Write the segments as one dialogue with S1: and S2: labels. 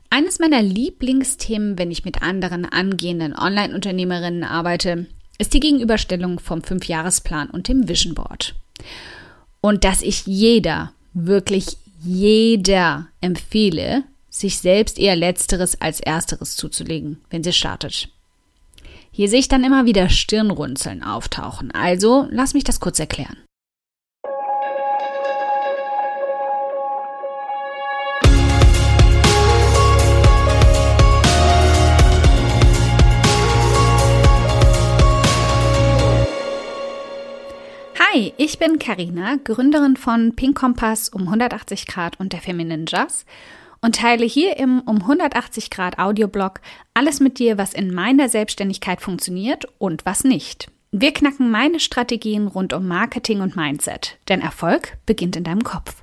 S1: Eines meiner Lieblingsthemen, wenn ich mit anderen angehenden Online-Unternehmerinnen arbeite, ist die Gegenüberstellung vom 5-Jahresplan und dem Vision Board. Und dass ich wirklich jeder empfehle, sich selbst eher Letzteres als Ersteres zuzulegen, wenn sie startet. Hier sehe ich dann immer wieder Stirnrunzeln auftauchen, also lass mich das kurz erklären. Hi, ich bin Carina, Gründerin von Pink Kompass um 180 Grad und der Feminine Jazz und teile hier im um 180 Grad Audioblog alles mit dir, was in meiner Selbstständigkeit funktioniert und was nicht. Wir knacken meine Strategien rund um Marketing und Mindset, denn Erfolg beginnt in deinem Kopf.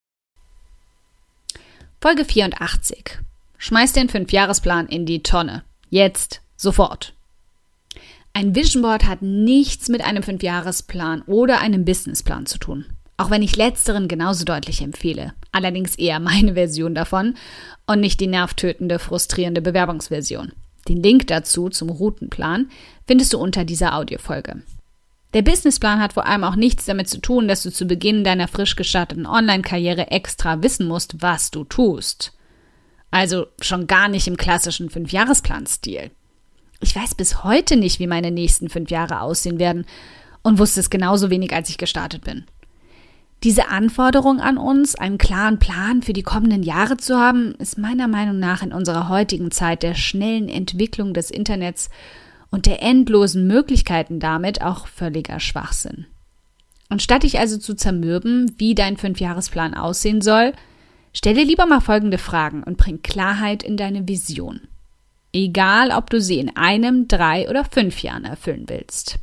S1: Folge 84. Schmeiß den 5-Jahresplan in die Tonne. Jetzt, sofort. Ein Vision Board hat nichts mit einem 5-Jahresplan oder einem Businessplan zu tun. Auch wenn ich letzteren genauso deutlich empfehle. Allerdings eher meine Version davon und nicht die nervtötende, frustrierende Bewerbungsversion. Den Link dazu zum Routenplan findest du unter dieser Audiofolge. Der Businessplan hat vor allem auch nichts damit zu tun, dass du zu Beginn deiner frisch gestarteten Online-Karriere extra wissen musst, was du tust. Also schon gar nicht im klassischen 5-Jahresplan-Stil. Ich weiß bis heute nicht, wie meine nächsten 5 Jahre aussehen werden und wusste es genauso wenig, als ich gestartet bin. Diese Anforderung an uns, einen klaren Plan für die kommenden Jahre zu haben, ist meiner Meinung nach in unserer heutigen Zeit der schnellen Entwicklung des Internets und der endlosen Möglichkeiten damit auch völliger Schwachsinn. Und statt dich also zu zermürben, wie dein 5-Jahresplan aussehen soll, stell dir lieber mal folgende Fragen und bring Klarheit in deine Vision. Egal, ob du sie in 1, 3 oder 5 Jahren erfüllen willst.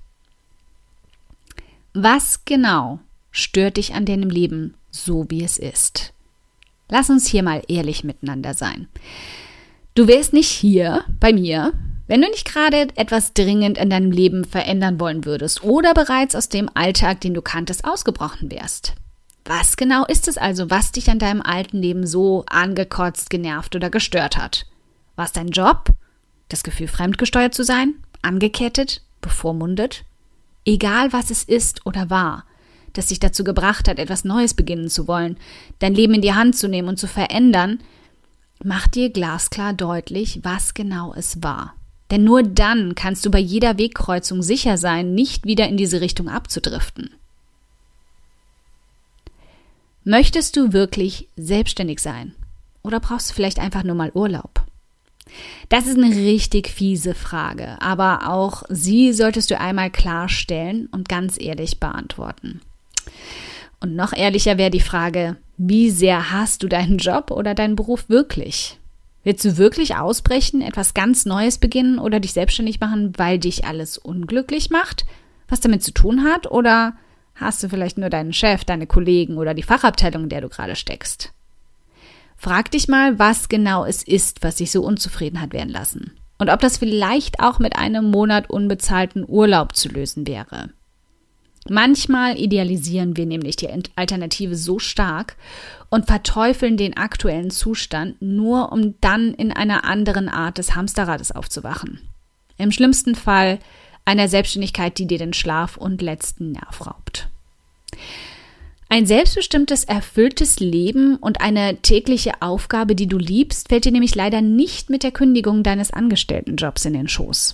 S1: Was genau stört dich an deinem Leben so, wie es ist? Lass uns hier mal ehrlich miteinander sein. Du wärst nicht hier bei mir, wenn du nicht gerade etwas dringend in deinem Leben verändern wollen würdest oder bereits aus dem Alltag, den du kanntest, ausgebrochen wärst. Was genau ist es also, was dich an deinem alten Leben so angekotzt, genervt oder gestört hat? War es dein Job? Das Gefühl, fremdgesteuert zu sein? Angekettet? Bevormundet? Egal, was es ist oder war, das dich dazu gebracht hat, etwas Neues beginnen zu wollen, dein Leben in die Hand zu nehmen und zu verändern, mach dir glasklar deutlich, was genau es war. Denn nur dann kannst du bei jeder Wegkreuzung sicher sein, nicht wieder in diese Richtung abzudriften. Möchtest du wirklich selbstständig sein? Oder brauchst du vielleicht einfach nur mal Urlaub? Das ist eine richtig fiese Frage, aber auch sie solltest du einmal klarstellen und ganz ehrlich beantworten. Und noch ehrlicher wäre die Frage, wie sehr hast du deinen Job oder deinen Beruf wirklich? Willst du wirklich ausbrechen, etwas ganz Neues beginnen oder dich selbstständig machen, weil dich alles unglücklich macht, was damit zu tun hat? Oder hast du vielleicht nur deinen Chef, deine Kollegen oder die Fachabteilung, in der du gerade steckst? Frag dich mal, was genau es ist, was dich so unzufrieden hat werden lassen. Und ob das vielleicht auch mit einem Monat unbezahlten Urlaub zu lösen wäre. Manchmal idealisieren wir nämlich die Alternative so stark und verteufeln den aktuellen Zustand, nur um dann in einer anderen Art des Hamsterrades aufzuwachen. Im schlimmsten Fall einer Selbstständigkeit, die dir den Schlaf und letzten Nerv raubt. Ein selbstbestimmtes, erfülltes Leben und eine tägliche Aufgabe, die du liebst, fällt dir nämlich leider nicht mit der Kündigung deines Angestelltenjobs in den Schoß.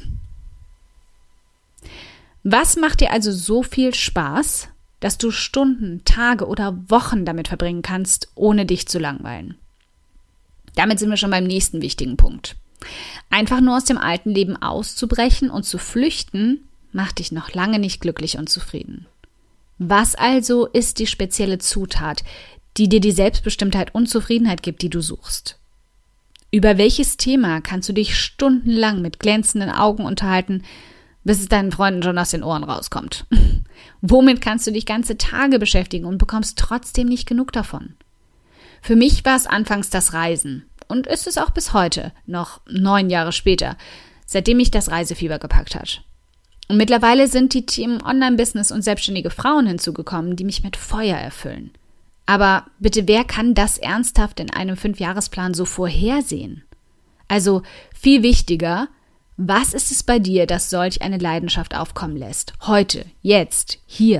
S1: Was macht dir also so viel Spaß, dass du Stunden, Tage oder Wochen damit verbringen kannst, ohne dich zu langweilen? Damit sind wir schon beim nächsten wichtigen Punkt. Einfach nur aus dem alten Leben auszubrechen und zu flüchten, macht dich noch lange nicht glücklich und zufrieden. Was also ist die spezielle Zutat, die dir die Selbstbestimmtheit und Zufriedenheit gibt, die du suchst? Über welches Thema kannst du dich stundenlang mit glänzenden Augen unterhalten, bis es deinen Freunden schon aus den Ohren rauskommt? Womit kannst du dich ganze Tage beschäftigen und bekommst trotzdem nicht genug davon? Für mich war es anfangs das Reisen und ist es auch bis heute, noch 9 Jahre später, seitdem mich das Reisefieber gepackt hat. Und mittlerweile sind die Themen Online-Business und selbstständige Frauen hinzugekommen, die mich mit Feuer erfüllen. Aber bitte, wer kann das ernsthaft in einem 5-Jahresplan so vorhersehen? Also viel wichtiger, was ist es bei dir, das solch eine Leidenschaft aufkommen lässt? Heute, jetzt, hier.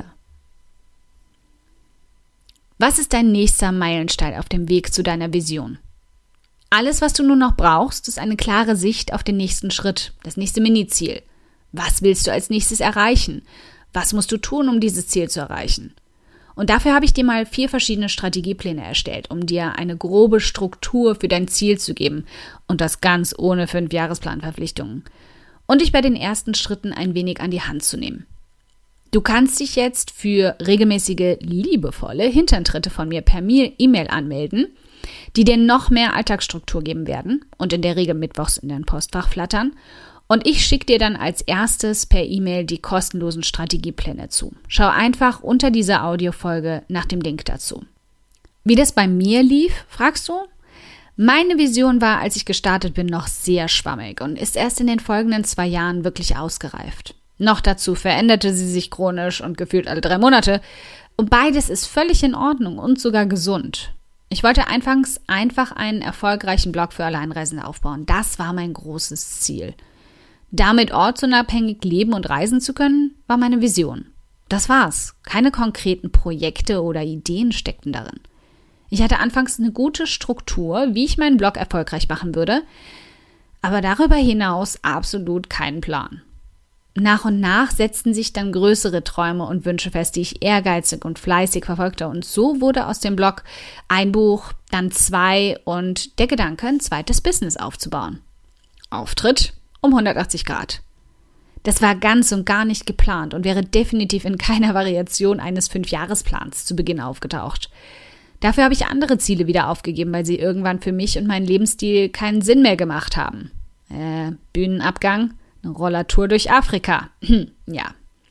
S1: Was ist dein nächster Meilenstein auf dem Weg zu deiner Vision? Alles, was du nur noch brauchst, ist eine klare Sicht auf den nächsten Schritt, das nächste Mini-Ziel. Was willst du als nächstes erreichen? Was musst du tun, um dieses Ziel zu erreichen? Und dafür habe ich dir mal 4 verschiedene Strategiepläne erstellt, um dir eine grobe Struktur für dein Ziel zu geben und das ganz ohne 5-Jahresplanverpflichtungen und dich bei den ersten Schritten ein wenig an die Hand zu nehmen. Du kannst dich jetzt für regelmäßige, liebevolle Hinterntritte von mir per E-Mail anmelden, die dir noch mehr Alltagsstruktur geben werden und in der Regel mittwochs in dein Postfach flattern. Und ich schicke dir dann als erstes per E-Mail die kostenlosen Strategiepläne zu. Schau einfach unter dieser Audiofolge nach dem Link dazu. Wie das bei mir lief, fragst du? Meine Vision war, als ich gestartet bin, noch sehr schwammig und ist erst in den folgenden 2 Jahren wirklich ausgereift. Noch dazu veränderte sie sich chronisch und gefühlt alle 3 Monate. Und beides ist völlig in Ordnung und sogar gesund. Ich wollte anfangs einfach einen erfolgreichen Blog für Alleinreisende aufbauen. Das war mein großes Ziel. Damit ortsunabhängig leben und reisen zu können, war meine Vision. Das war's. Keine konkreten Projekte oder Ideen steckten darin. Ich hatte anfangs eine gute Struktur, wie ich meinen Blog erfolgreich machen würde, aber darüber hinaus absolut keinen Plan. Nach und nach setzten sich dann größere Träume und Wünsche fest, die ich ehrgeizig und fleißig verfolgte. Und so wurde aus dem Blog ein Buch, dann 2 und der Gedanke, ein zweites Business aufzubauen. Auftritt um 180 Grad. Das war ganz und gar nicht geplant und wäre definitiv in keiner Variation eines 5-Jahresplans zu Beginn aufgetaucht. Dafür habe ich andere Ziele wieder aufgegeben, weil sie irgendwann für mich und meinen Lebensstil keinen Sinn mehr gemacht haben. Bühnenabgang, eine Rollertour durch Afrika. Ja.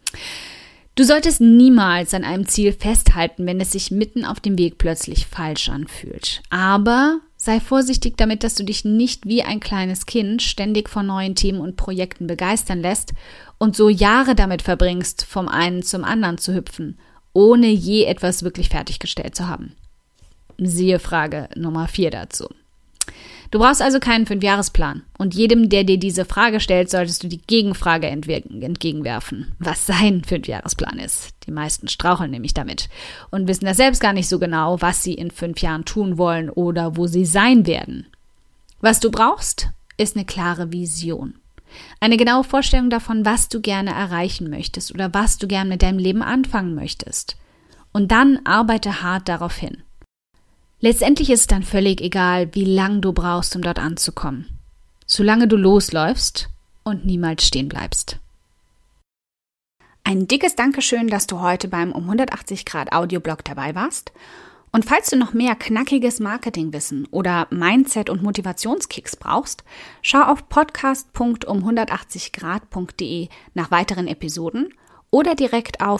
S1: Du solltest niemals an einem Ziel festhalten, wenn es sich mitten auf dem Weg plötzlich falsch anfühlt. Aber sei vorsichtig damit, dass du dich nicht wie ein kleines Kind ständig von neuen Themen und Projekten begeistern lässt und so Jahre damit verbringst, vom einen zum anderen zu hüpfen, ohne je etwas wirklich fertiggestellt zu haben. Siehe Frage Nummer 4 dazu. Du brauchst also keinen 5-Jahresplan und jedem, der dir diese Frage stellt, solltest du die Gegenfrage entgegenwerfen, was sein 5-Jahresplan ist. Die meisten straucheln nämlich damit und wissen das selbst gar nicht so genau, was sie in 5 Jahren tun wollen oder wo sie sein werden. Was du brauchst, ist eine klare Vision. Eine genaue Vorstellung davon, was du gerne erreichen möchtest oder was du gerne mit deinem Leben anfangen möchtest. Und dann arbeite hart darauf hin. Letztendlich ist es dann völlig egal, wie lang du brauchst, um dort anzukommen. Solange du losläufst und niemals stehen bleibst. Ein dickes Dankeschön, dass du heute beim 180 Grad Audioblog dabei warst. Und falls du noch mehr knackiges Marketingwissen oder Mindset- und Motivationskicks brauchst, schau auf podcast.um180grad.de nach weiteren Episoden oder direkt auf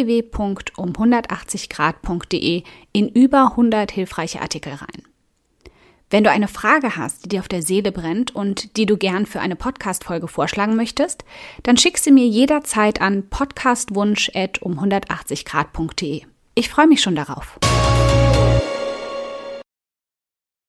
S1: www.um180grad.de in über 100 hilfreiche Artikel rein. Wenn du eine Frage hast, die dir auf der Seele brennt und die du gern für eine Podcast-Folge vorschlagen möchtest, dann schick sie mir jederzeit an podcastwunsch@um180grad.de. Ich freue mich schon darauf.